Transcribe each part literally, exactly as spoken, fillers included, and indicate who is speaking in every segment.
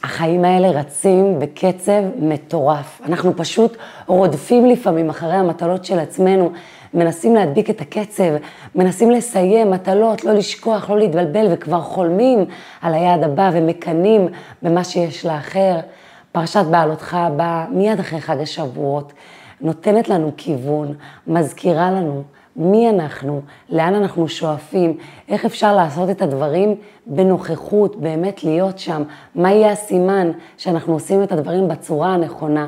Speaker 1: החיים האלה רצים בקצב מטורף. אנחנו פשוט רודפים לפעמים אחרי המטלות של עצמנו, מנסים להדביק את הקצב, מנסים לסיים מטלות, לא לשכוח, לא להתבלבל, וכבר חולמים על היעד הבא ומקנים במה שיש לאחר. פרשת בעלותך הבאה, מיד אחרי חג השבועות, נותנת לנו כיוון, מזכירה לנו מי אנחנו, לאן אנחנו שואפים, איך אפשר לעשות את הדברים בנוכחות, באמת להיות שם, מה יהיה הסימן שאנחנו עושים את הדברים בצורה הנכונה,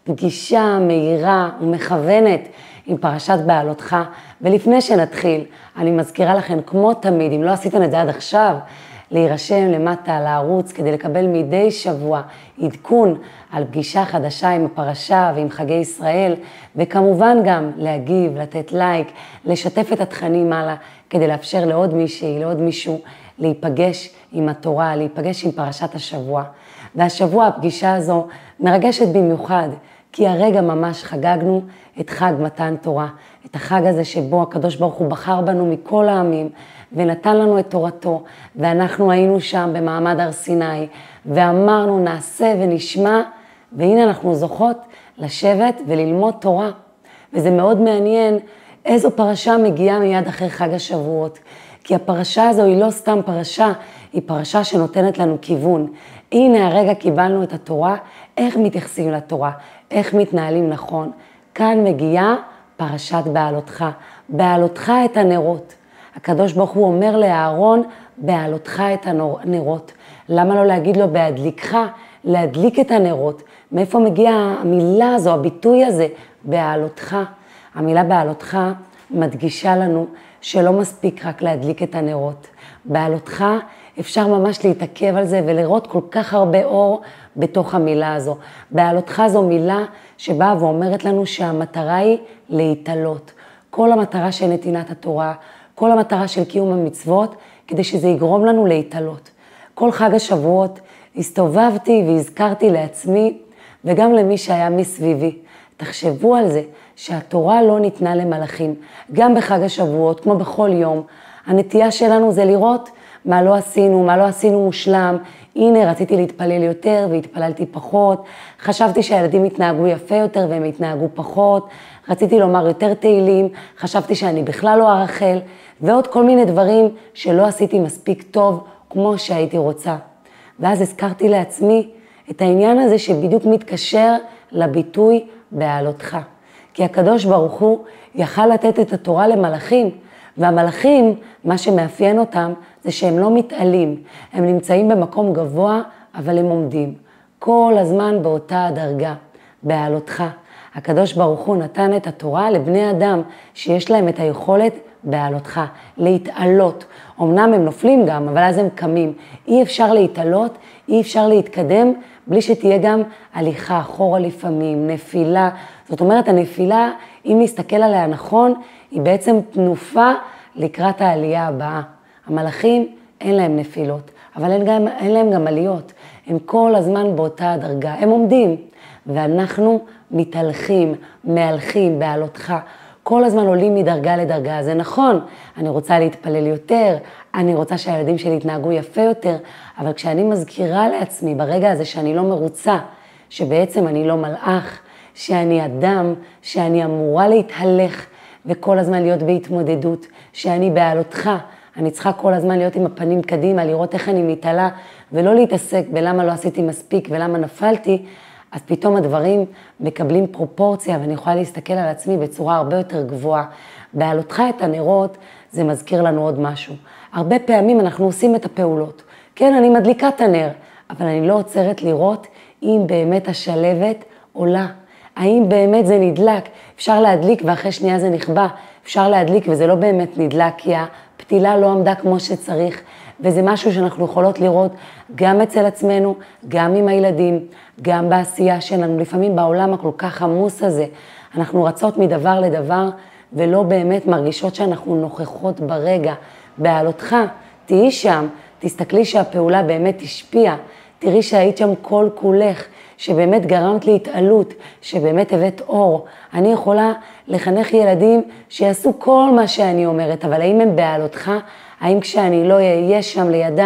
Speaker 1: פגישה מהירה ומכוונת עם פרשת בעלותך. ולפני שנתחיל, אני מזכירה לכם, כמו תמיד, אם לא עשיתם את זה עד עכשיו, להירשם למטה על הערוץ כדי לקבל מדי שבוע עדכון על פגישה חדשה עם הפרשה ועם חגי ישראל, וכמובן גם להגיב, לתת לייק, לשתף את התכנים הלאה, כדי לאפשר לעוד מישהי, לעוד מישהו, להיפגש עם התורה, להיפגש עם פרשת השבוע. והשבוע הפגישה הזו מרגשת במיוחד, כי הרגע ממש חגגנו את חג מתן תורה, את החג הזה שבו הקדוש ברוך הוא בחר בנו מכל העמים, ונתן לנו את תורתו, ואנחנו היינו שם במעמד הר סיני, ואמרנו נעשה ונשמע, והנה אנחנו זוכות לשבת וללמוד תורה. וזה מאוד מעניין איזו פרשה מגיעה מיד אחרי חג השבועות, כי הפרשה הזו היא לא סתם פרשה, היא פרשה שנותנת לנו כיוון. הנה הרגע קיבלנו את התורה, איך מתייחסים לתורה, איך מתנהלים נכון. כאן מגיעה פרשת בעלותך, בעלותך את הנרות. הקדוש ברוך הוא אומר לאהרון, בעלותך את הנרות. למה לא להגיד לו בהדליקך, להדליק את הנרות? מאיפה מגיעה המילה הזו, הביטוי הזה, בעלותך? המילה בעלותך מדגישה לנו שלא מספיק רק להדליק את הנרות. בעלותך אפשר ממש להתעכב על זה ולראות כל כך הרבה אור בתוך המילה הזו. בעלותך זו מילה שבאה ואומרת לנו שהמטרה היא להתעלות. כל המטרה של נתינת התורה, כל המטרה של קיום המצוות, כדי שזה יגרום לנו להתעלות. כל חג השבועות הסתובבתי והזכרתי לעצמי, וגם למי שהיה מסביבי. תחשבו על זה שהתורה לא ניתנה למלאכים. גם בחג השבועות, כמו בכל יום, הנטייה שלנו זה לראות מה לא עשינו, מה לא עשינו מושלם. הנה רציתי להתפלל יותר והתפללתי פחות. חשבתי שהילדים התנהגו יפה יותר והם התנהגו פחות. רציתי לומר יותר תהילים, חשבתי שאני בכלל לא הרחל, ועוד כל מיני דברים שלא עשיתי מספיק טוב כמו שהייתי רוצה. ואז הזכרתי לעצמי את העניין הזה שבדיוק מתקשר לביטוי בעלותך. כי הקדוש ברוך הוא יכל לתת את התורה למלאכים, והמלאכים, מה שמאפיין אותם, זה שהם לא מתעלים. הם נמצאים במקום גבוה, אבל הם עומדים. כל הזמן באותה הדרגה, בעלותך. הקדוש ברוך הוא נתן את התורה לבני אדם, שיש להם את היכולת בעלותך, להתעלות. אמנם הם נופלים גם, אבל אז הם קמים. אי אפשר להתעלות, אי אפשר להתקדם, בלי שתהיה גם הליכה אחורה לפעמים, נפילה. זאת אומרת, הנפילה, אם נסתכל עליה נכון, היא בעצם תנופה לקראת העלייה הבאה. המלאכים אין להם נפילות, אבל אין, גם, אין להם גם עליות. הם כל הזמן באותה הדרגה, הם עומדים. ואנחנו מתהלכים, מהלכים בעלותך. כל הזמן עולים מדרגה לדרגה, זה נכון, אני רוצה להתפלל יותר, אני רוצה שהילדים שלי יתנהגו יפה יותר, אבל כשאני מזכירה לעצמי ברגע הזה שאני לא מרוצה, שבעצם אני לא מלאך, שאני אדם, שאני אמורה להתהלך וכל הזמן להיות בהתמודדות, שאני בעלותך, אני צריכה כל הזמן להיות עם הפנים קדימה, לראות איך אני מתעלה, ולא להתעסק בלמה לא עשיתי מספיק ולמה נפלתי, אז פתאום הדברים מקבלים פרופורציה, ואני יכולה להסתכל על עצמי בצורה הרבה יותר גבוהה. בעלותך את הנרות, זה מזכיר לנו עוד משהו. הרבה פעמים אנחנו עושים את הפעולות. כן, אני מדליקה את הנר, אבל אני לא עוצרת לראות אם באמת השלבת עולה. האם באמת זה נדלק? אפשר להדליק ואחרי שנייה זה נכבה. אפשר להדליק וזה לא באמת נדלק, כי הפתילה לא עמדה כמו שצריך. וזה משהו שאנחנו יכולות לראות גם אצל עצמנו, גם עם הילדים, גם בעשייה שלנו. לפעמים בעולם הכל כך עמוס הזה, אנחנו רצות מדבר לדבר, ולא באמת מרגישות שאנחנו נוכחות ברגע. בעלותך, תהי שם, תסתכלי שהפעולה באמת השפיעה, תראי שהיית שם כל כולך, שבאמת גרמת להתעלות, שבאמת הבאת אור. אני יכולה לחנך ילדים שיעשו כל מה שאני אומרת, אבל האם הם בעלותך? האם כשאני לא אהיה שם לידם,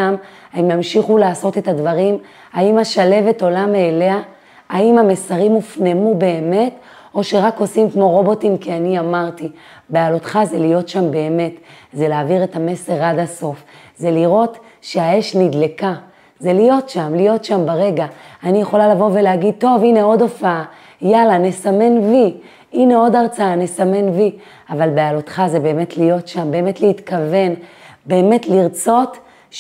Speaker 1: הם ימשיכו לעשות את הדברים, האם השלבת עולה מאליה, האם המסרים הופנמו באמת, או שרק עושים כמו רובוטים, כי אני אמרתי, בעלותך זה להיות שם באמת, זה להעביר את המסר עד הסוף, זה לראות שהאש נדלקה, זה להיות שם, להיות שם ברגע. אני יכולה לבוא ולהגיד, טוב, הנה עוד הופעה, יאללה, נסמן וי, הנה עוד הרצאה, נסמן וי, אבל בעלותך זה באמת להיות שם, באמת להתכוון, באמת לרצות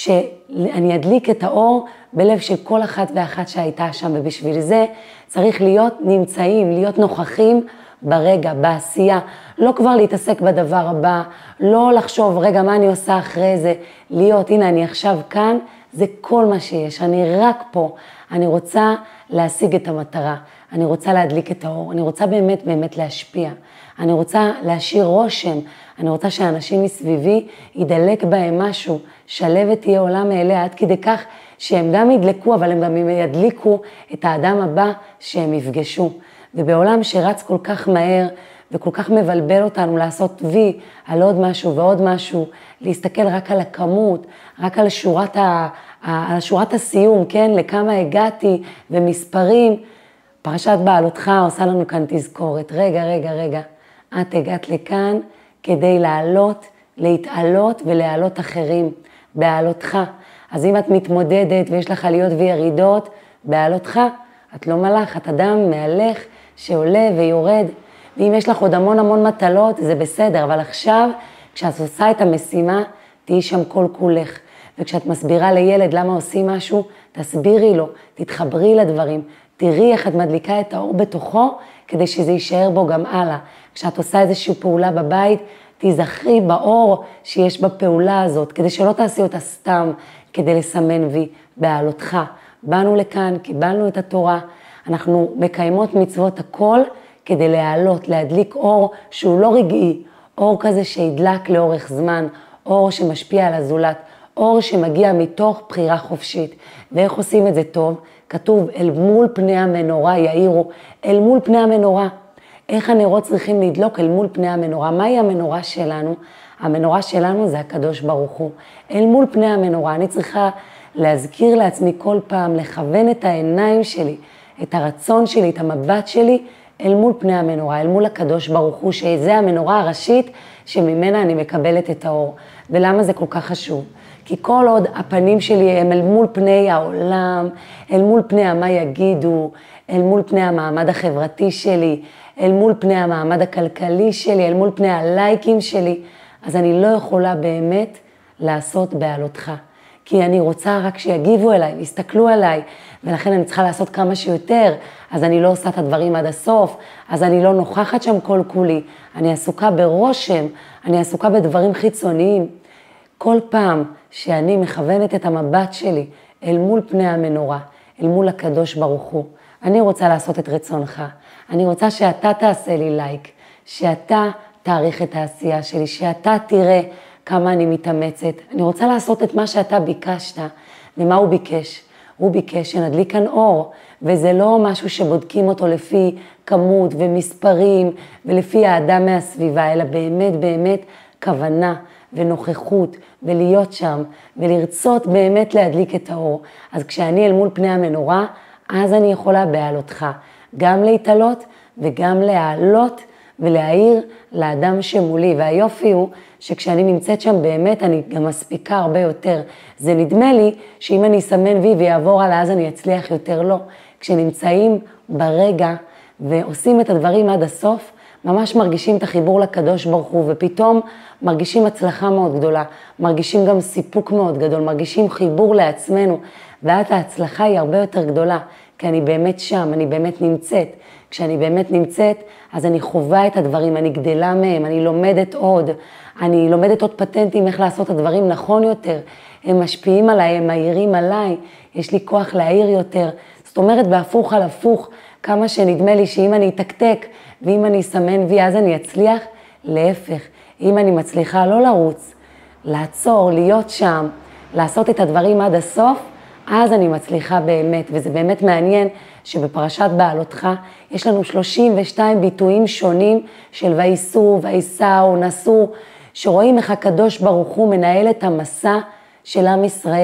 Speaker 1: שאני אדליק את האור בלב של כל אחת ואחת שהייתה שם, ובשביל זה צריך להיות נמצאים, להיות נוכחים ברגע, בעשייה, לא כבר להתעסק בדבר הבא, לא לחשוב, רגע, מה אני עושה אחרי זה, להיות, הנה, אני עכשיו כאן, זה כל מה שיש, אני רק פה, אני רוצה להשיג את המטרה, אני רוצה להדליק את האור, אני רוצה באמת באמת להשפיע, אני רוצה להשאיר רושם, אני רוצה שאנשים מסביבי ידלק בהם משהו, שלבת תהיה עולה מאליה עד כדי כך שהם גם ידלקו, אבל הם גם ידליקו את האדם הבא שהם יפגשו. ובעולם שרץ כל כך מהר וכל כך מבלבל אותנו לעשות וי על עוד משהו ועוד משהו, להסתכל רק על הכמות, רק על שורת, ה, על שורת הסיום, כן? לכמה הגעתי ומספרים. פרשת בעלותך עושה לנו כאן תזכורת. רגע, רגע, רגע. את הגעת לכאן כדי לעלות, להתעלות ולהעלות אחרים. בעלותך. אז אם את מתמודדת ויש לך עליות וירידות, בעלותך, את לא מלאך, את אדם מהלך שעולה ויורד. ואם יש לך עוד המון המון מטלות, זה בסדר, אבל עכשיו, כשאת עושה את המשימה, תהי שם כל כולך. וכשאת מסבירה לילד למה עושים משהו, תסבירי לו, תתחברי לדברים, תראי איך את מדליקה את האור בתוכו, כדי שזה יישאר בו גם הלאה. כשאת עושה איזושהי פעולה בבית, תזכרי באור שיש בפעולה הזאת, כדי שלא תעשי אותה סתם, כדי לסמן וי בעלותך. באנו לכאן, קיבלנו את התורה, אנחנו מקיימות מצוות הכל, כדי להעלות, להדליק אור שהוא לא רגעי, אור כזה שידלק לאורך זמן, אור שמשפיע על הזולת, אור שמגיע מתוך בחירה חופשית. ואיך עושים את זה טוב? כתוב, אל מול פני המנורה יאירו, אל מול פני המנורה. איך הנרות צריכים לדלוק אל מול פני המנורה? מהי המנורה שלנו? המנורה שלנו זה הקדוש ברוך הוא. אל מול פני המנורה, אני צריכה להזכיר לעצמי כל פעם, לכוון את העיניים שלי, את הרצון שלי, את המבט שלי, אל מול פני המנורה, אל מול הקדוש ברוך הוא, שזה המנורה הראשית שממנה אני מקבלת את האור. ולמה זה כל כך חשוב? כי כל עוד הפנים שלי הם אל מול פני העולם, אל מול פני מה יגידו, אל מול פני המעמד החברתי שלי, אל מול פני המעמד הכלכלי שלי, אל מול פני הלייקים שלי, אז אני לא יכולה באמת לעשות בעלותך. כי אני רוצה רק שיגיבו אליי, יסתכלו עליי, ולכן אני צריכה לעשות כמה שיותר, אז אני לא עושה את הדברים עד הסוף, אז אני לא נוכחת שם כל כולי, אני עסוקה ברושם, אני עסוקה בדברים חיצוניים. כל פעם שאני מכוונת את המבט שלי אל מול פני המנורה, אל מול הקדוש ברוך הוא, אני רוצה לעשות את רצונך, אני רוצה שאתה תעשה לי לייק, שאתה תעריך את העשייה שלי, שאתה תראה כמה אני מתאמצת. אני רוצה לעשות את מה שאתה ביקשת. ומה הוא ביקש? הוא ביקש שנדליק כאן אור, וזה לא משהו שבודקים אותו לפי כמות ומספרים ולפי האדם מהסביבה, אלא באמת באמת כוונה ונוכחות ולהיות שם ולרצות באמת להדליק את האור. אז כשאני אל מול פני המנורה, אז אני יכולה בעלותך גם להתעלות וגם להעלות ולהעיר לאדם שמולי. והיופי הוא שכשאני נמצאת שם באמת אני גם מספיקה הרבה יותר. זה נדמה לי שאם אני אסמן וי ויעבור על אז אני אצליח יותר, לא. כשנמצאים ברגע ועושים את הדברים עד הסוף, ממש מרגישים את החיבור לקדוש ברוך הוא, ופתאום מרגישים הצלחה מאוד גדולה, מרגישים גם סיפוק מאוד גדול, מרגישים חיבור לעצמנו, ואז ההצלחה היא הרבה יותר גדולה, כי אני באמת שם, אני באמת נמצאת. כשאני באמת נמצאת, אז אני חווה את הדברים, אני גדלה מהם, אני לומדת עוד, אני לומדת עוד פטנטים איך לעשות את הדברים נכון יותר, הם משפיעים עליי, הם מעירים עליי, יש לי כוח להעיר יותר. זאת אומרת, בהפוך על הפוך, כמה שנדמה לי שאם אני אתקתק, ואם אני אסמן וי, אז אני אצליח, להפך, אם אני מצליחה לא לרוץ, לעצור, להיות שם, לעשות את הדברים עד הסוף, אז אני מצליחה באמת, וזה באמת מעניין שבפרשת בעלותך יש לנו שלושים ושתיים ביטויים שונים של וייסעו, וייסעו, נסעו, שרואים איך הקדוש ברוך הוא מנהל את המסע של עם ישראל.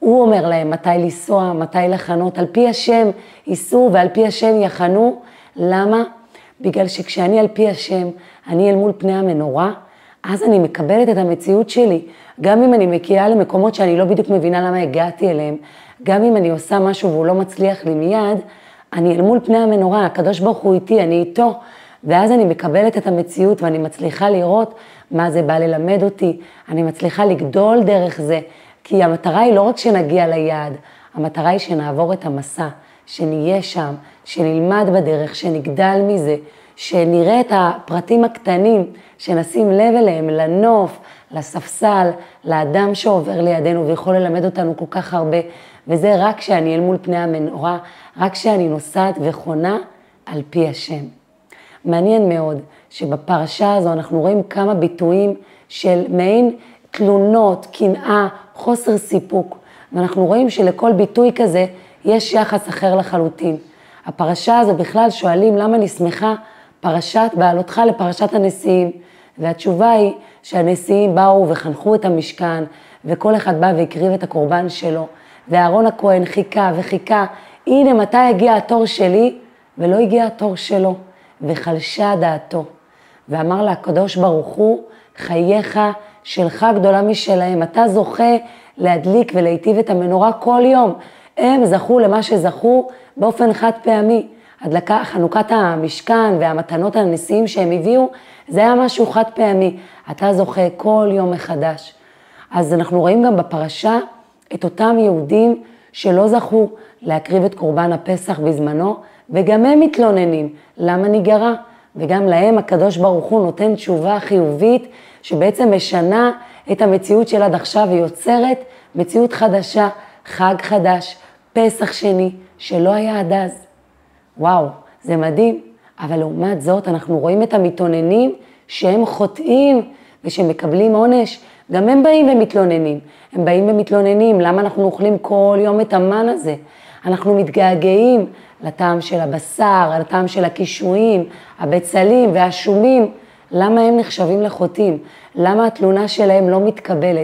Speaker 1: הוא אומר להם מתי לנסוע, מתי לחנות, על פי השם ייסעו ועל פי השם יחנו. למה? בגלל שכשאני על פי השם, אני אל מול פני המנורה, אז אני מקבלת את המציאות שלי. גם אם אני מגיעה למקומות שאני לא בדיוק מבינה למה הגעתי אליהם, גם אם אני עושה משהו והוא לא מצליח לי מיד, אני אל מול פני המנורה, הקדוש ברוך הוא איתי, אני איתו, ואז אני מקבלת את המציאות ואני מצליחה לראות מה זה בא ללמד אותי, אני מצליחה לגדול דרך זה, כי המטרה היא לא רק שנגיע ליעד, המטרה היא שנעבור את המסע, שנהיה שם, שנלמד בדרך, שנגדל מזה, שנראה את הפרטים הקטנים, שנשים לב אליהם, לנוף, לספסל, לאדם שעובר לידינו ויכול ללמד אותנו כל כך הרבה, וזה רק כשאני אל מול פני המנורה, רק כשאני נוסעת וחונה על פי השם. מעניין מאוד שבפרשה הזו אנחנו רואים כמה ביטויים של מעין תלונות, קנאה, חוסר סיפוק, ואנחנו רואים שלכל ביטוי כזה יש יחס אחר לחלוטין. הפרשה הזו בכלל שואלים למה נסמכה פרשת בעלותך לפרשת הנשיאים, והתשובה היא שהנשיאים באו וחנכו את המשכן, וכל אחד בא והקריב את הקורבן שלו, ואהרון הכהן חיכה וחיכה, הנה מתי הגיע התור שלי, ולא הגיע התור שלו, וחלשה דעתו. ואמר לה הקדוש ברוך הוא, חייך שלך גדולה משלהם, אתה זוכה להדליק ולהיטיב את המנורה כל יום. הם זכו למה שזכו באופן חד פעמי. הדלקה, חנוכת המשכן והמתנות הנשיאים שהם הביאו, זה היה משהו חד פעמי. אתה זוכה כל יום מחדש. אז אנחנו רואים גם בפרשה את אותם יהודים שלא זכו להקריב את קורבן הפסח בזמנו, וגם הם מתלוננים, למה ניגרע? וגם להם הקדוש ברוך הוא נותן תשובה חיובית, שבעצם משנה את המציאות של עד עכשיו, ויוצרת מציאות חדשה, חג חדש, פסח שני, שלא היה עד אז. וואו, זה מדהים, אבל לעומת זאת אנחנו רואים את המתלוננים שהם חוטאים ושמקבלים עונש, גם הם באים ומתלוננים, הם באים ומתלוננים, למה אנחנו אוכלים כל יום את המן הזה? אנחנו מתגעגעים לטעם של הבשר, לטעם של הקישואים, הבצלים והשומים, למה הם נחשבים לחוטאים? למה התלונה שלהם לא מתקבלת?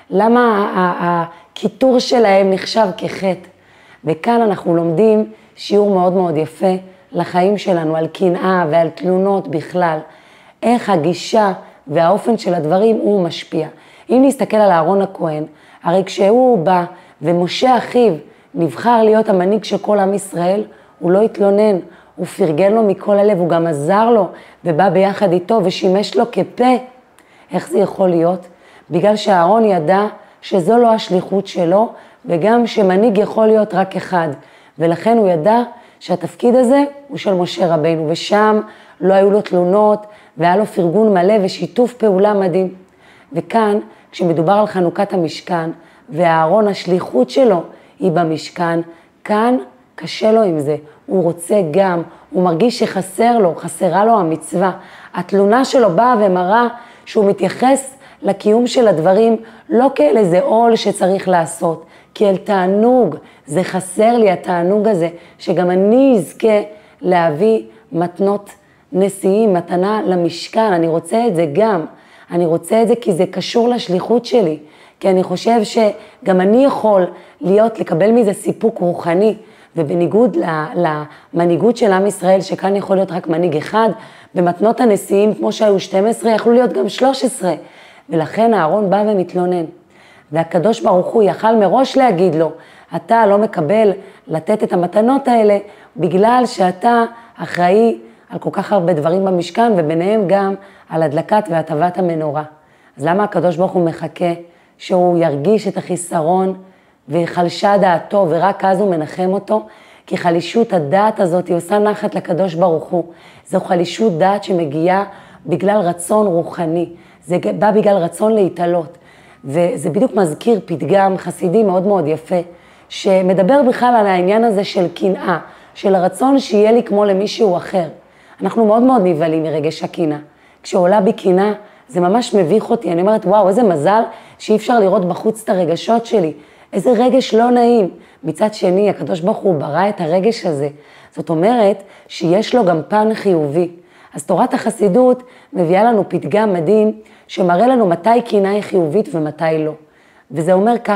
Speaker 1: למה הכיתור שלהם נחשב כחטא? וכאן אנחנו לומדים שיעור מאוד מאוד יפה לחיים שלנו, על קנאה ועל תלונות בכלל. איך הגישה והאופן של הדברים הוא משפיע. אם נסתכל על אהרון הכהן, הרי כשהוא בא ומשה אחיו נבחר להיות המנהיג של כל עם ישראל, הוא לא התלונן, הוא פרגן לו מכל הלב, הוא גם עזר לו ובא ביחד איתו ושימש לו כפה. איך זה יכול להיות? בגלל שאהרון ידע שזו לא השליחות שלו, וגם שמנהיג יכול להיות רק אחד. ולכן הוא ידע שהתפקיד הזה הוא של משה רבינו, ושם לא היו לו תלונות, והיה לו פרגון מלא ושיתוף פעולה מדהים. וכאן, כשמדובר על חנוכת המשכן, והאהרון השליחות שלו היא במשכן, כאן קשה לו עם זה, הוא רוצה גם, הוא מרגיש שחסר לו, חסרה לו המצווה. התלונה שלו באה ומראה שהוא מתייחס לקיום של הדברים, לא כאל איזה עול שצריך לעשות, כי אל תענוג, זה חסר לי התענוג הזה, שגם אני אזכה להביא מתנות נשיאים, מתנה למשכן, אני רוצה את זה גם, אני רוצה את זה כי זה קשור לשליחות שלי, כי אני חושב שגם אני יכול להיות, לקבל מזה סיפוק רוחני, ובניגוד למנהיגות של עם ישראל, שכאן יכול להיות רק מנהיג אחד, במתנות הנשיאים, כמו שהיו שתים עשרה, יכלו להיות גם שלוש עשרה, ולכן אהרון בא ומתלונן. והקדוש ברוך הוא יכל מראש להגיד לו, אתה לא מקבל לתת את המתנות האלה, בגלל שאתה אחראי על כל כך הרבה דברים במשכן, וביניהם גם על הדלקת והטבת המנורה. אז למה הקדוש ברוך הוא מחכה שהוא ירגיש את החיסרון, וחלשה דעתו, ורק אז הוא מנחם אותו? כי חלישות הדעת הזאת היא עושה נחת לקדוש ברוך הוא. זו חלישות דעת שמגיעה בגלל רצון רוחני. זה בא בגלל רצון להתעלות. וזה בדיוק מזכיר פתגם חסידי מאוד מאוד יפה, שמדבר בכלל על העניין הזה של קנאה, של הרצון שיהיה לי כמו למישהו אחר. אנחנו מאוד מאוד נבהלים מרגש הקנאה. כשעולה בי קנאה, זה ממש מביך אותי. אני אומרת, וואו, איזה מזל שאי אפשר לראות בחוץ את הרגשות שלי. איזה רגש לא נעים. מצד שני, הקדוש ברוך הוא ברא את הרגש הזה. זאת אומרת שיש לו גם פן חיובי. אז תורת החסידות מביאה לנו פתגם מדהים, שמראה לנו מתי קנאה היא חיובית ומתי לא. וזה אומר ככה,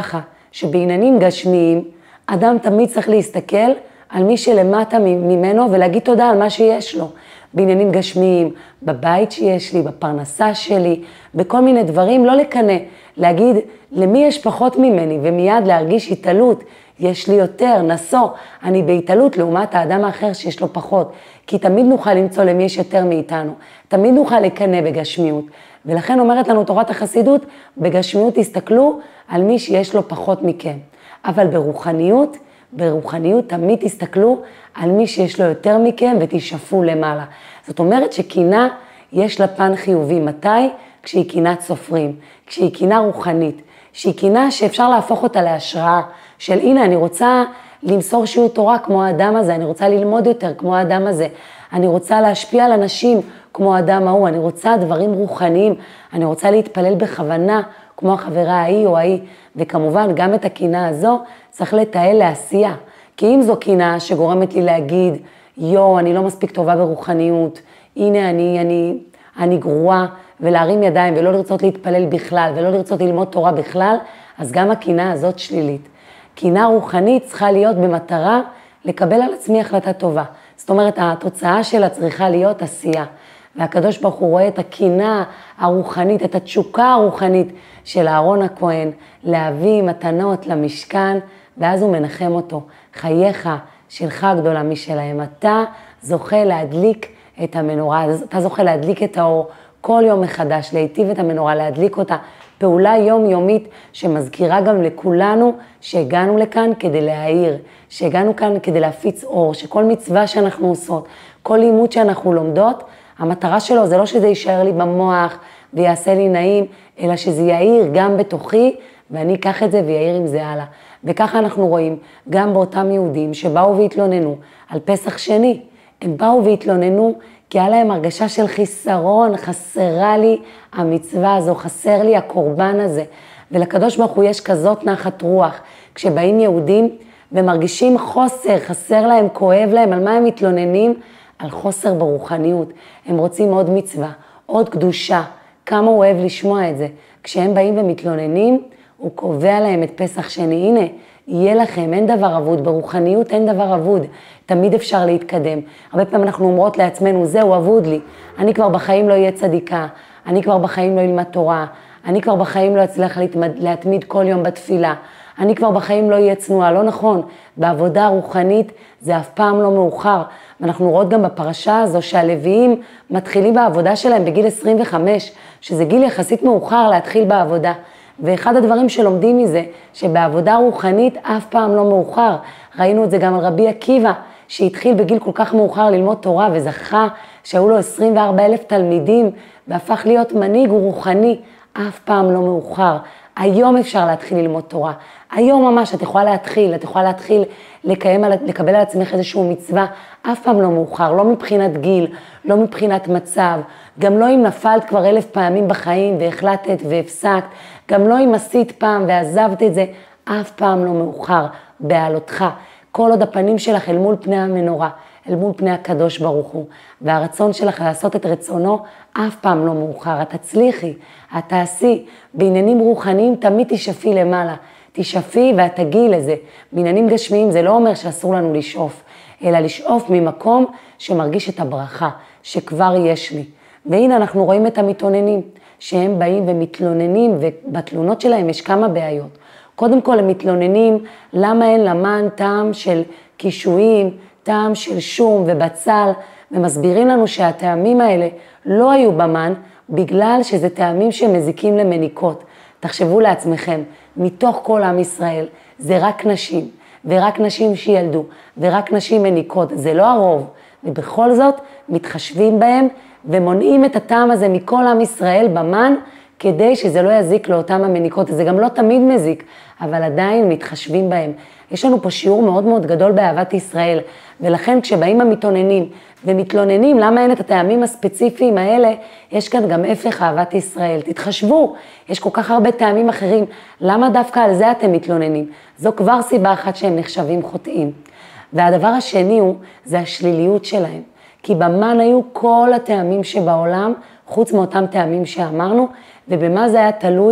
Speaker 1: שבעניינים גשמיים, אדם תמיד צריך להסתכל על מי שלמטה ממנו ולהגיד תודה על מה שיש לו. בעניינים גשמיים, בבית שיש לי, בפרנסה שלי, בכל מיני דברים, לא לקנא, להגיד למי יש פחות ממני ומיד להרגיש התעלות, יש לי יותר, נסו, אני בהתעלות לעומת האדם האחר שיש לו פחות, כי תמיד נוכל למצוא למי יש יותר מאיתנו, תמיד נוכל לקנא בגשמיות, ולכן אומרת לנו תורת החסידות, בגשמיות תסתכלו על מי שיש לו פחות מכם, אבל ברוחניות, ברוחניות תמיד תסתכלו על מי שיש לו יותר מכם ותשאפו למעלה. זאת אומרת שקינה יש לה פן חיובי. מתי? כשהיא קינת סופרים, כשהיא קינה רוחנית, שהיא קינה שאפשר להפוך אותה להשראה, של הנה אני רוצה למסור שיעור תורה כמו האדם הזה, אני רוצה ללמוד יותר כמו האדם הזה, אני רוצה להשפיע על אנשים כמו האדם ההוא, אני רוצה דברים רוחניים, אני רוצה להתפלל בכוונה כמו החברה ההיא או ההיא, וכמובן גם את הקינה הזו צריך לתעל לעשייה, כי אם זו קינה שגורמת לי להגיד, יו, אני לא מספיק טובה ברוחניות, הנה אני, אני, אני גרועה, ולהרים ידיים ולא לרצות להתפלל בכלל, ולא לרצות ללמוד תורה בכלל, אז גם הקינה הזאת שלילית. קינה רוחנית צריכה להיות במטרה לקבל על עצמי החלטה טובה. זאת אומרת, התוצאה שלה צריכה להיות עשייה. והקדוש ברוך הוא רואה את הקינה הרוחנית, את התשוקה הרוחנית של אהרון הכהן, להביא מתנות למשכן, ואז הוא מנחם אותו. חייך שלך גדולה משלהם. אתה זוכה להדליק את המנורה, אתה זוכה להדליק את האור כל יום מחדש, להיטיב את המנורה, להדליק אותה. פעולה יומיומית שמזכירה גם לכולנו שהגענו לכאן כדי להעיר, שהגענו כאן כדי להפיץ אור, שכל מצווה שאנחנו עושות, כל לימוד שאנחנו לומדות, המטרה שלו זה לא שזה יישאר לי במוח ויעשה לי נעים, אלא שזה יעיר גם בתוכי, ואני אקח את זה ויעיר עם זה הלאה. וככה אנחנו רואים גם באותם יהודים שבאו והתלוננו על פסח שני, הם באו והתלוננו כי היה להם הרגשה של חיסרון, חסרה לי המצווה הזו, חסר לי הקורבן הזה. ולקדוש ברוך הוא יש כזאת נחת רוח, כשבאים יהודים ומרגישים חוסר, חסר להם, כואב להם, על מה הם מתלוננים? על חוסר ברוחניות. הם רוצים עוד מצווה, עוד קדושה. כמה הוא אוהב לשמוע את זה. כשהם באים ומתלוננים, הוא קובע להם את פסח שני. הנה, יהיה לכם, אין דבר אבוד, ברוחניות אין דבר אבוד, תמיד אפשר להתקדם. הרבה פעמים אנחנו אומרות לעצמנו, זהו אבוד לי, אני כבר בחיים לא אהיה צדיקה, אני כבר בחיים לא אלמד תורה, אני כבר בחיים לא אצליח להתמד, להתמיד כל יום בתפילה, אני כבר בחיים לא אהיה צנועה, לא נכון, בעבודה רוחנית זה אף פעם לא מאוחר, ואנחנו רואות גם בפרשה הזו שהלוויים מתחילים בעבודה שלהם בגיל עשרים וחמש, שזה גיל יחסית מאוחר להתחיל בעבודה, ואחד הדברים שלומדים מזה, שבעבודה רוחנית אף פעם לא מאוחר. ראינו את זה גם על רבי עקיבא, שהתחיל בגיל כל כך מאוחר ללמוד תורה, וזכה שהיו לו עשרים וארבעה אלף תלמידים, והפך להיות מנהיג רוחני, אף פעם לא מאוחר. היום אפשר להתחיל ללמוד תורה. היום ממש את יכולה להתחיל, את יכולה להתחיל לקיים, לקבל על עצמך איזשהו מצווה, אף פעם לא מאוחר, לא מבחינת גיל, לא מבחינת מצב, גם לא אם נפלת כבר אלף פעמים בחיים והחלטת והפסקת, גם לא אם עשית פעם ועזבת את זה, אף פעם לא מאוחר בעלותך. כל עוד הפנים שלך אל מול פני המנורה, אל מול פני הקדוש ברוך הוא, והרצון שלך לעשות את רצונו, אף פעם לא מאוחר. את תצליחי, את תעשי, בעניינים רוחניים תמיד תשאפי למעלה, תשאפי ואת תגיעי לזה. בעניינים גשמיים זה לא אומר שאסור לנו לשאוף, אלא לשאוף ממקום שמרגיש את הברכה, שכבר יש לי. והנה אנחנו רואים את המתלוננים, שהם באים ומתלוננים, ובתלונות שלהם יש כמה בעיות. קודם כל הם מתלוננים למה אין למן טעם של קישואים, טעם של שום ובצל, ומסבירים לנו שהטעמים האלה לא היו במן, בגלל שזה טעמים שמזיקים למניקות. תחשבו לעצמכם, מתוך כל עם ישראל, זה רק נשים, ורק נשים שילדו, ורק נשים מניקות, זה לא הרוב, ובכל זאת מתחשבים בהם, ומונעים את הטעם הזה מכל עם ישראל במן, כדי שזה לא יזיק לאותם המניקות. זה גם לא תמיד מזיק, אבל עדיין מתחשבים בהם. יש לנו פה שיעור מאוד מאוד גדול באהבת ישראל, ולכן כשבאים המתלוננים ומתלוננים למה אין את הטעמים הספציפיים האלה, יש כאן גם הפך אהבת ישראל. תתחשבו, יש כל כך הרבה טעמים אחרים, למה דווקא על זה אתם מתלוננים? זו כבר סיבה אחת שהם נחשבים חוטאים. והדבר השני הוא, זה השליליות שלהם. כי במן היו כל הטעמים שבעולם, חוץ מאותם טעמים שאמרנו, ובמה זה היה תלוי?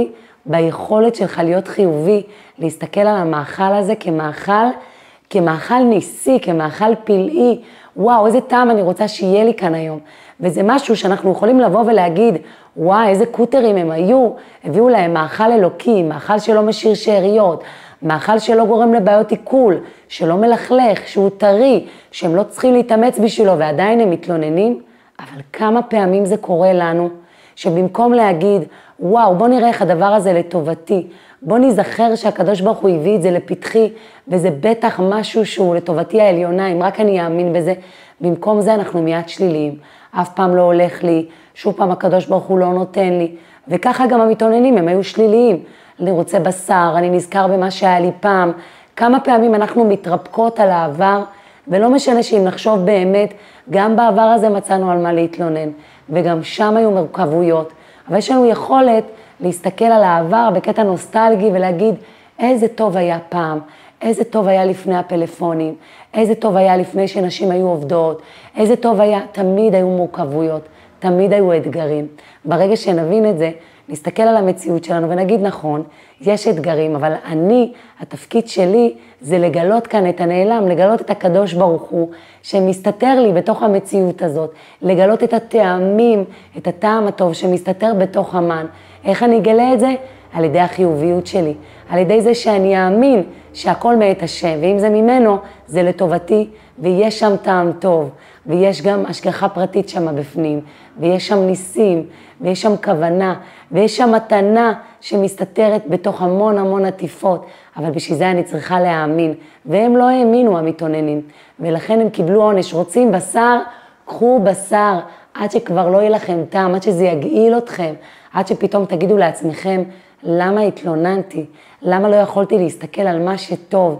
Speaker 1: ביכולת שלך להיות חיובי, להסתכל על המאכל הזה כמאכל, כמאכל ניסי, כמאכל פלאי. וואו, איזה טעם אני רוצה שיהיה לי כאן היום. וזה משהו שאנחנו יכולים לבוא ולהגיד, וואי, איזה קוטרים הם היו, הביאו להם מאכל אלוקי, מאכל שלא משאיר שאריות, מאכל שלא גורם לבעיות עיכול, שלא מלכלך, שהוא טרי, שהם לא צריכים להתאמץ בשבילו ועדיין הם מתלוננים. אבל כמה פעמים זה קורה לנו, שבמקום להגיד, וואו, בוא נראה איך הדבר הזה לטובתי, בוא נזכר שהקדוש ברוך הוא הביא את זה לפתחי, וזה בטח משהו שהוא לטובתי העליונה, אם רק אני אאמין בזה, במקום זה אנחנו מיד שליליים, אף פעם לא הולך לי, שוב פעם הקדוש ברוך הוא לא נותן לי, וככה גם המתאוננים, הם היו שליליים, אני רוצה בשר, אני נזכר במה שהיה לי פעם, כמה פעמים אנחנו מתרפקות על העבר, ולא משנה שאם נחשוב באמת, גם בעבר הזה מצאנו על מה להתלונן, וגם שם היו מורכבויות, אבל יש לנו יכולת להסתכל על העבר בקטע נוסטלגי ולהגיד, איזה טוב היה פעם, איזה טוב היה לפני הפלאפונים, איזה טוב היה לפני שנשים היו עובדות, איזה טוב היה, תמיד היו מורכבויות, תמיד היו אתגרים. ברגע שנבין את זה, נסתכל על המציאות שלנו ונגיד נכון, יש אתגרים, אבל אני, התפקיד שלי זה לגלות כאן את הנעלם, לגלות את הקדוש ברוך הוא, שמסתתר לי בתוך המציאות הזאת, לגלות את הטעמים, את הטעם הטוב שמסתתר בתוך המן. איך אני אגלה את זה? על ידי החיוביות שלי, על ידי זה שאני אאמין שהכל מאת השם, ואם זה ממנו, זה לטובתי, ויש שם טעם טוב, ויש גם השגחה פרטית שם בפנים, ויש שם ניסים, ויש שם כוונה, ויש שם מתנה שמסתתרת בתוך המון המון עטיפות, אבל בשביל זה אני צריכה להאמין, והם לא האמינו המתאוננים, ולכן הם קיבלו עונש, רוצים בשר, קחו בשר, עד שכבר לא יהיה לכם טעם, עד שזה יגעיל אתכם, עד שפתאום תגידו לעצמכם, למה התלוננתי? למה לא יכולתי להסתכל על מה שטוב?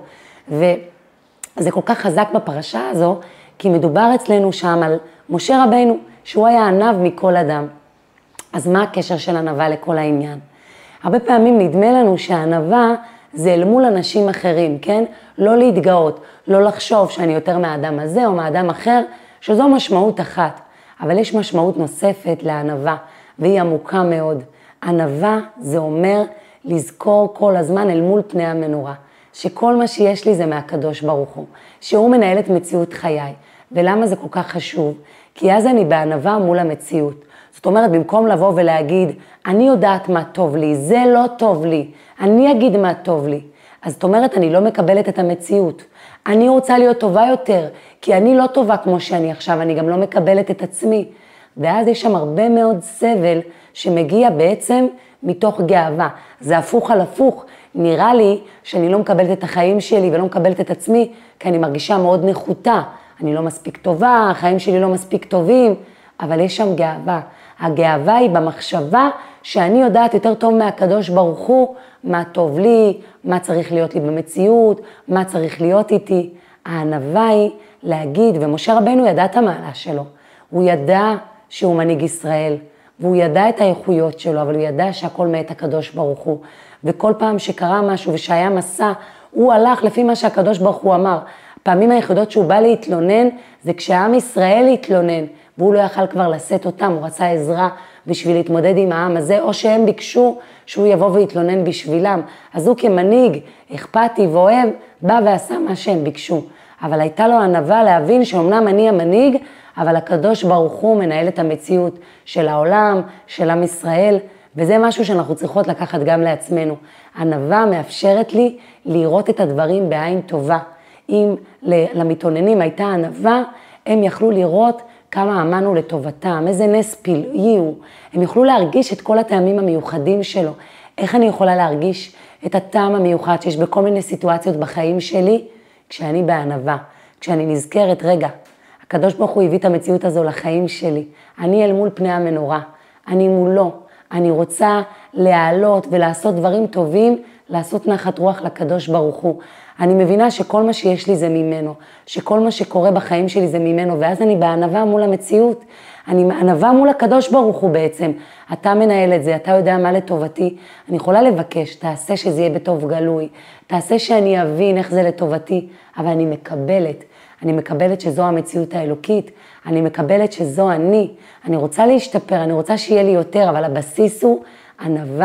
Speaker 1: וזה כל כך חזק בפרשה הזו, כי מדובר אצלנו שם על משה רבנו, שהוא היה ענב מכל אדם. אז מה הקשר של ענבה לכל העניין? הרבה פעמים נדמה לנו שהענבה זה אל מול אנשים אחרים, כן? לא להתגאות, לא לחשוב שאני יותר מהאדם הזה או מהאדם אחר, שזו משמעות אחת. אבל יש משמעות נוספת לענבה, והיא עמוקה מאוד. ענבה זה אומר לזכור כל הזמן אל מול פני המנורה, שכל מה שיש לי זה מהקדוש ברוך הוא, שהוא מנהל את מציאות חיי. ולמה זה כל כך חשוב? כי אז אני בענבה מול המציאות. זאת אומרת, במקום לבוא ולהגיד, אני יודעת מה טוב לי, זה לא טוב לי, אני אגיד מה טוב לי. אז זאת אומרת, אני לא מקבלת את המציאות. אני רוצה להיות טובה יותר, כי אני לא טובה כמו שאני עכשיו, אני גם לא מקבלת את עצמי. ואז יש שם הרבה מאוד סבל שמגיע בעצם מתוך גאווה. זה הפוך על הפוך. נראה לי שאני לא מקבלת את החיים שלי ולא מקבלת את עצמי, כי אני מרגישה מאוד נחותה. אני לא מספיק טובה, החיים שלי לא מספיק טובים, אבל יש שם גאווה. הגאווה היא במחשבה שאני יודעת יותר טוב מהקדוש ברוך הוא, מה טוב לי, מה צריך להיות לי במציאות, מה צריך להיות איתי. הענווה היא להגיד, ומשה רבנו ידע את המעלה שלו. הוא ידע שהוא מנהיג ישראל, והוא ידע את האיכויות שלו, אבל הוא ידע שהכל מאת הקדוש ברוך הוא. וכל פעם שקרה משהו ושהיה מסע, הוא הלך לפי מה שהקדוש ברוך הוא אמר. הפעמים היחידות שהוא בא להתלונן, זה כשהעם ישראל התלונן, והוא לא יכל כבר לשאת אותם, הוא רצה עזרה בשביל להתמודד עם העם הזה, או שהם ביקשו שהוא יבוא ויתלונן בשבילם. אז הוא כמנהיג, אכפתי ואוהב, בא ועשה מה שהם ביקשו. אבל הייתה לו ענווה להבין שאומנם אני המנהיג, אבל הקדוש ברוך הוא מנהל את המציאות של העולם, של עם ישראל, וזה משהו שאנחנו צריכות לקחת גם לעצמנו. ענווה מאפשרת לי לראות את הדברים בעין טובה. אם למתאוננים הייתה ענווה, הם יכלו לראות כמה אמנו לטובתם, איזה נס פלאי הוא. הם יוכלו להרגיש את כל הטעמים המיוחדים שלו. איך אני יכולה להרגיש את הטעם המיוחד שיש בכל מיני סיטואציות בחיים שלי? כשאני בענווה, כשאני נזכרת, רגע, הקדוש ברוך הוא הביא את המציאות הזו לחיים שלי. אני אל מול פני המנורה, אני מולו. אני רוצה להעלות ולעשות דברים טובים, לעשות נחת רוח לקדוש ברוך הוא. אני מבינה שכל מה שיש לי זה ממנו, שכל מה שקורה בחיים שלי זה ממנו, ואז אני בענווה מול המציאות. אני בענווה מול הקדוש ברוך הוא בעצם. אתה מנהל את זה, אתה יודע מה לטובתי. אני יכולה לבקש, תעשה שזה יהיה בטוב גלוי, תעשה שאני אבין איך זה לטובתי, אבל אני מקבלת. אני מקבלת שזו המציאות האלוקית, אני מקבלת שזו אני, אני רוצה להשתפר, אני רוצה שיהיה לי יותר, אבל הבסיס הוא ענווה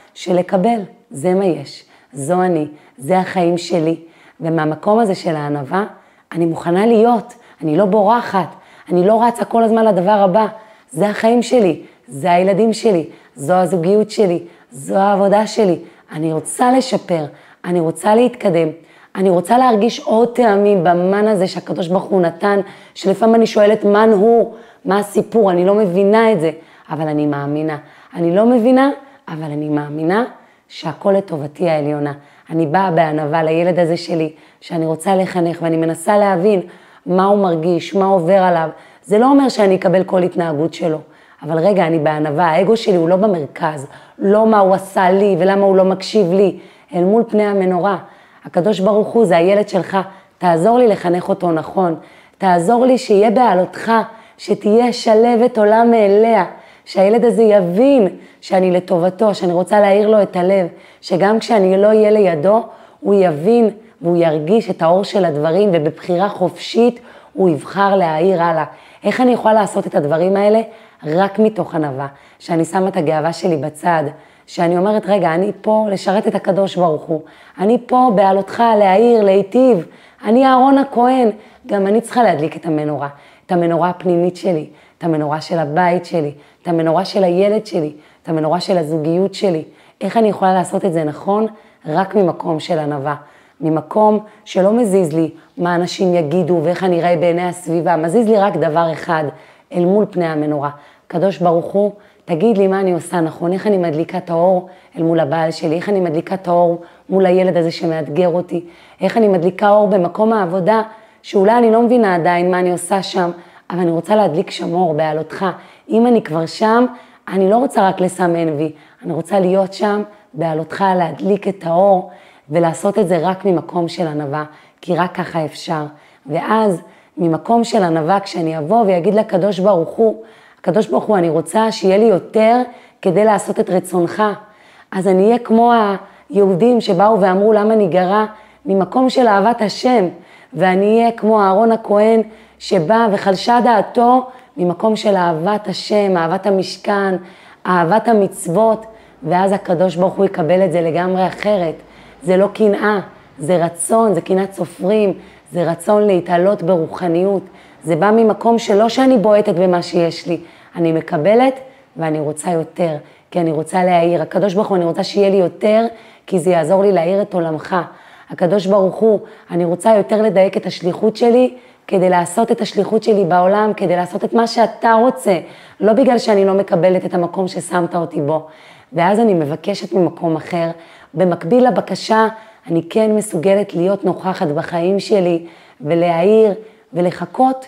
Speaker 1: של לקבל, זה מה יש, זו אני, זה החיים שלי. ומהמקום הזה של הענווה, אני מוכנה להיות, אני לא בורחת, אני לא רצה כל הזמן לדבר הבא, זה החיים שלי, זה הילדים שלי, זו הזוגיות שלי, זו העבודה שלי, אני רוצה לשפר, אני רוצה להתקדם, אני רוצה להרגיש עוד טעמים במן הזה שהקדוש ברוך הוא נתן, שלפעמים אני שואלת מן הוא, מה הסיפור, אני לא מבינה את זה, אבל אני מאמינה. אני לא מבינה, אבל אני מאמינה שהכל לטובתי העליונה. אני באה בענווה לילד הזה שלי, שאני רוצה לחנך ואני מנסה להבין מה הוא מרגיש, מה עובר עליו. זה לא אומר שאני אקבל כל התנהגות שלו, אבל רגע, אני בענווה, האגו שלי הוא לא במרכז, לא מה הוא עשה לי ולמה הוא לא מקשיב לי, אל מול פני המנורה. הקדוש ברוך הוא זה הילד שלך, תעזור לי לחנך אותו נכון, תעזור לי שיהיה בעלותך, שתהיה שלבת עולם מאליה, שהילד הזה יבין שאני לטובתו, שאני רוצה להעיר לו את הלב, שגם כשאני לא אהיה לידו, הוא יבין והוא ירגיש את האור של הדברים, ובבחירה חופשית הוא יבחר להעיר הלאה. איך אני יכולה לעשות את הדברים האלה? רק מתוך ענווה, שאני שמה את הגאווה שלי בצד, שאני אומרת, רגע, אני פה לשרת את הקדוש ברוך הוא, אני פה בעלותך להעיר, להיטיב, אני אהרון הכהן, גם אני צריכה להדליק את המנורה, את המנורה הפנימית שלי, את המנורה של הבית שלי, את המנורה של הילד שלי, את המנורה של הזוגיות שלי. איך אני יכולה לעשות את זה נכון? רק ממקום של ענווה, ממקום שלא מזיז לי מה אנשים יגידו ואיך אני אראה בעיני הסביבה, מזיז לי רק דבר אחד אל מול פני המנורה. קדוש ברוך הוא, תגיד לי מה אני עושה נכון, איך אני מדליקה את האור אל מול הבעל שלי, איך אני מדליקה את האור מול הילד הזה שמאתגר אותי, איך אני מדליקה אור במקום העבודה, שאולי אני לא מבינה עדיין מה אני עושה שם, אבל אני רוצה להדליק שם אור בעלותך. אם אני כבר שם, אני לא רוצה רק לסמן וי, אני רוצה להיות שם בעלותך, להדליק את האור, ולעשות את זה רק ממקום של ענווה, כי רק ככה אפשר. ואז ממקום של ענווה, כשאני אבוא ויגיד לקדוש ברוך הוא, הקדוש ברוך הוא, אני רוצה שיהיה לי יותר כדי לעשות את רצונך. אז אני אהיה כמו היהודים שבאו ואמרו למה אני גרה ממקום של אהבת השם, ואני אהיה כמו אהרון הכהן שבא וחלשה דעתו ממקום של אהבת השם, אהבת המשכן, אהבת המצוות, ואז הקדוש ברוך הוא יקבל את זה לגמרי אחרת. זה לא קנאה, זה רצון, זה קנאת סופרים, זה רצון להתעלות ברוחניות. זה בא ממקום שלא שאני בועטת במה שיש לי, אני מקבלת ואני רוצה יותר, כי אני רוצה להעיר. הקדוש ברוך הוא, אני רוצה שיהיה לי יותר, כי זה יעזור לי להעיר את עולמך. הקדוש ברוך הוא, אני רוצה יותר לדייק את השליחות שלי, כדי לעשות את השליחות שלי בעולם, כדי לעשות את מה שאתה רוצה, לא בגלל שאני לא מקבלת את המקום ששמת אותי בו. ואז אני מבקשת ממקום אחר, במקביל לבקשה, אני כן מסוגלת להיות נוכחת בחיים שלי, ולהעיר ולחכות,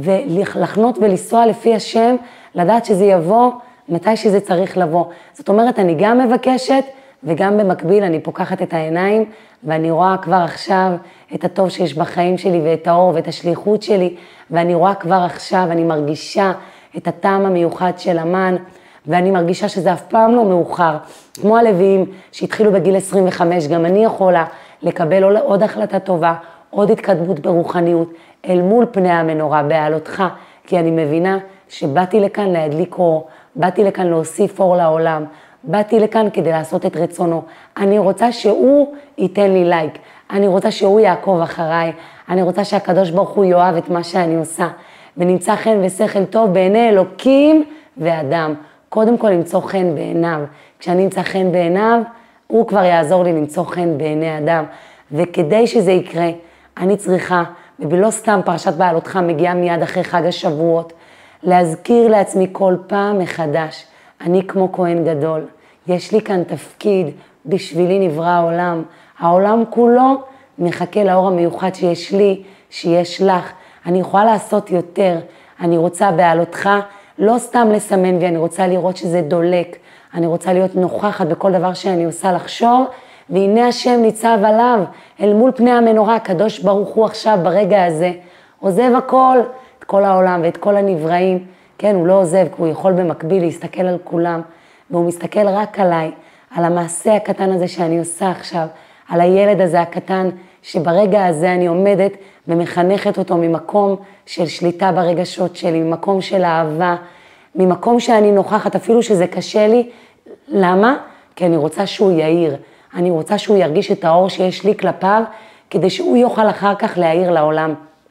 Speaker 1: ולחנות ולנסוע לפי השם, לדעת שזה יבוא מתי שזה צריך לבוא. זאת אומרת, אני גם מבקשת, וגם במקביל אני פוקחת את העיניים, ואני רואה כבר עכשיו את הטוב שיש בחיים שלי, ואת האור ואת השליחות שלי, ואני רואה כבר עכשיו, אני מרגישה את הטעם המיוחד של המן, ואני מרגישה שזה אף פעם לא מאוחר. כמו הלוויים שהתחילו בגיל עשרים וחמש, גם אני יכולה לקבל עוד החלטה טובה, עוד התקדמות ברוחניות, אל מול פני המנורה, בעלותך, כי אני מבינה שבאתי לכאן להדליק אור, באתי לכאן להוסיף אור לעולם, באתי לכאן כדי לעשות את רצונו. אני רוצה שהוא ייתן לי לייק, אני רוצה שהוא יעקוב אחריי, אני רוצה שהקדוש ברוך הוא יאהב את מה שאני עושה, ונמצא חן ושכל טוב בעיני אלוקים ואדם. קודם כל למצוא חן בעיניו, כשאני אמצא חן בעיניו, הוא כבר יעזור לי למצוא חן בעיני אדם. וכדי שזה יקרה, אני צריכה, ובלא סתם פרשת בעלותך מגיעה מיד אחרי חג השבועות, להזכיר לעצמי כל פעם מחדש, אני כמו כהן גדול, יש לי כאן תפקיד, בשבילי נברא העולם, העולם כולו מחכה לאור המיוחד שיש לי, שיש לך, אני יכולה לעשות יותר, אני רוצה בעלותך, לא סתם לסמן ואני רוצה לראות שזה דולק, אני רוצה להיות נוכחת בכל דבר שאני עושה לחשוב, והנה השם ניצב עליו, אל מול פני המנורה, הקדוש ברוך הוא עכשיו ברגע הזה, עוזב הכל, את כל העולם ואת כל הנבראים, כן, הוא לא עוזב, כי הוא יכול במקביל להסתכל על כולם, והוא מסתכל רק עליי, על המעשה הקטן הזה שאני עושה עכשיו, על הילד הזה הקטן, שברגע הזה אני עומדת ומחנכת אותו ממקום של שליטה ברגשות שלי, ממקום של אהבה, ממקום שאני נוכחת, אפילו שזה קשה לי. למה? כי אני רוצה שהוא יאיר, אני רוצה שהוא ירגיש את האור שיש לי כלפיו, כדי שהוא יוכל אחר כך להאיר לעולם.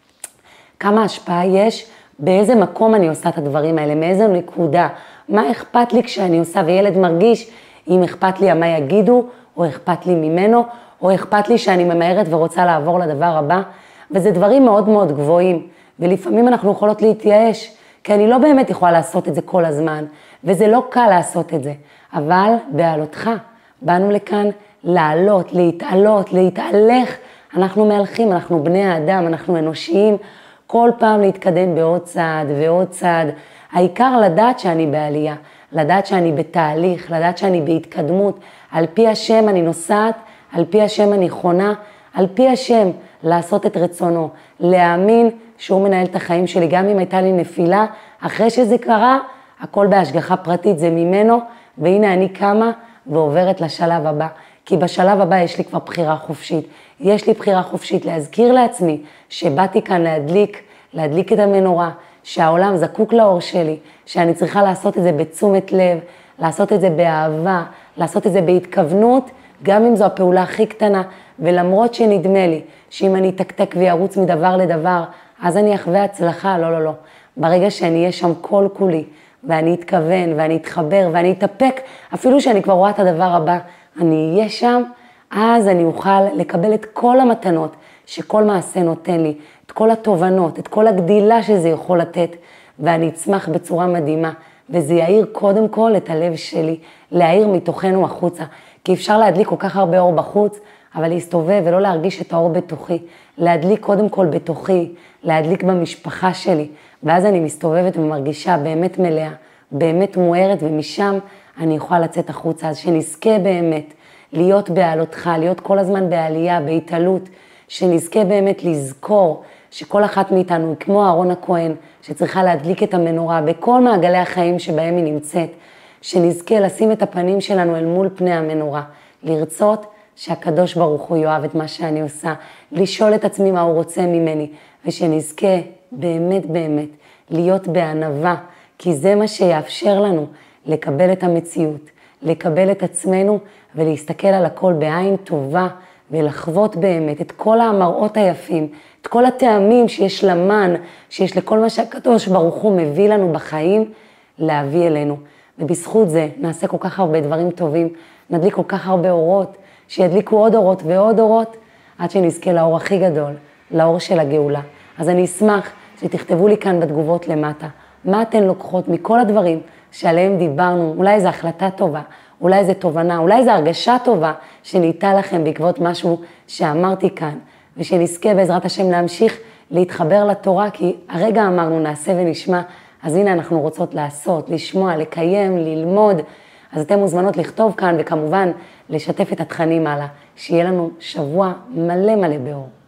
Speaker 1: כמה השפעה יש, באיזה מקום אני עושה את הדברים האלה, מאיזה נקודה, מה אכפת לי כשאני עושה, וילד מרגיש אם אכפת לי מה יגידו, או אכפת לי ממנו, או אכפת לי שאני ממהרת ורוצה לעבור לדבר הבא, וזה דברים מאוד מאוד גבוהים, ולפעמים אנחנו יכולות להתייאש, כי אני לא באמת יכולה לעשות את זה כל הזמן, וזה לא קל לעשות את זה, אבל בעלותך, באנו לכאן לעלות, להתעלות, להתהלך, אנחנו מהלכים, אנחנו בני האדם, אנחנו אנושיים, כל פעם להתקדם בעוד צעד ועוד צעד, העיקר לדעת שאני בעלייה, לדעת שאני בתהליך, לדעת שאני בהתקדמות, על פי השם אני נוסעת, על פי השם אני חונה, על פי השם לעשות את רצונו, להאמין שהוא מנהל את החיים שלי, גם אם הייתה לי נפילה, אחרי שזה קרה, הכל בהשגחה פרטית, זה ממנו, והנה אני קמה ועוברת לשלב הבא, כי בשלב הבא יש לי כבר בחירה חופשית, יש לי בחירה חופשית להזכיר לעצמי שבאתי כאן להדליק, להדליק את המנורה, שהעולם זקוק לאור שלי, שאני צריכה לעשות את זה בתשומת לב, לעשות את זה באהבה, לעשות את זה בהתכוונות, גם אם זו הפעולה הכי קטנה, ולמרות שנדמה לי שאם אני אתקתק וירוץ מדבר לדבר, אז אני אחווה הצלחה, לא, לא, לא. ברגע שאני אהיה שם כל כולי, ואני אתכוון, ואני אתחבר, ואני אתאפק, אפילו שאני כבר רואה את הדבר הבא, אני אהיה שם, אז אני אוכל לקבל את כל המתנות שכל מעשה נותן לי, את כל התובנות, את כל הגדילה שזה יכול לתת, ואני אצמח בצורה מדהימה, וזה יאיר קודם כל את הלב שלי, להאיר מתוכנו החוצה, כי אפשר להדליק כל כך הרבה אור בחוץ, אבל להסתובב ולא להרגיש את האור בתוכי, להדליק קודם כל בתוכי, להדליק במשפחה שלי, ואז אני מסתובבת ומרגישה באמת מלאה, באמת מוארת, ומשם אני יכולה לצאת החוצה, אז שנזכה באמת להיות בעלותך, להיות כל הזמן בעלייה, בהתעלות, שנזכה באמת לזכור שכל אחת מאיתנו היא כמו אהרון הכהן, שצריכה להדליק את המנורה בכל מעגלי החיים שבהם היא נמצאת, שנזכה לשים את הפנים שלנו אל מול פני המנורה, לרצות שהקדוש ברוך הוא יאהב את מה שאני עושה, לשאול את עצמי מה הוא רוצה ממני, ושנזכה באמת באמת להיות בענווה, כי זה מה שיאפשר לנו לקבל את המציאות, לקבל את עצמנו ולהסתכל על הכל בעין טובה, ולחוות באמת את כל המראות היפים, את כל הטעמים שיש למן, שיש לכל מה שהקדוש ברוך הוא מביא לנו בחיים, להביא אלינו. ובזכות זה נעשה כל כך הרבה דברים טובים, נדליק כל כך הרבה אורות, שידליקו עוד אורות ועוד אורות, עד שנזכה לאור הכי גדול, לאור של הגאולה. אז אני אשמח שתכתבו לי כאן בתגובות למטה, מה אתן לוקחות מכל הדברים שעליהם דיברנו, אולי זו החלטה טובה, אולי זו תובנה, אולי זו הרגשה טובה שנהייתה לכם בעקבות משהו שאמרתי כאן, ושנזכה בעזרת השם להמשיך להתחבר לתורה, כי הרגע אמרנו נעשה ונשמע, אז הנה אנחנו רוצות לעשות, לשמוע, לקיים, ללמוד, אז אתן מוזמנות לכתוב כאן, וכמובן לשתף את התכנים הלאה, שיהיה לנו שבוע מלא מלא באור.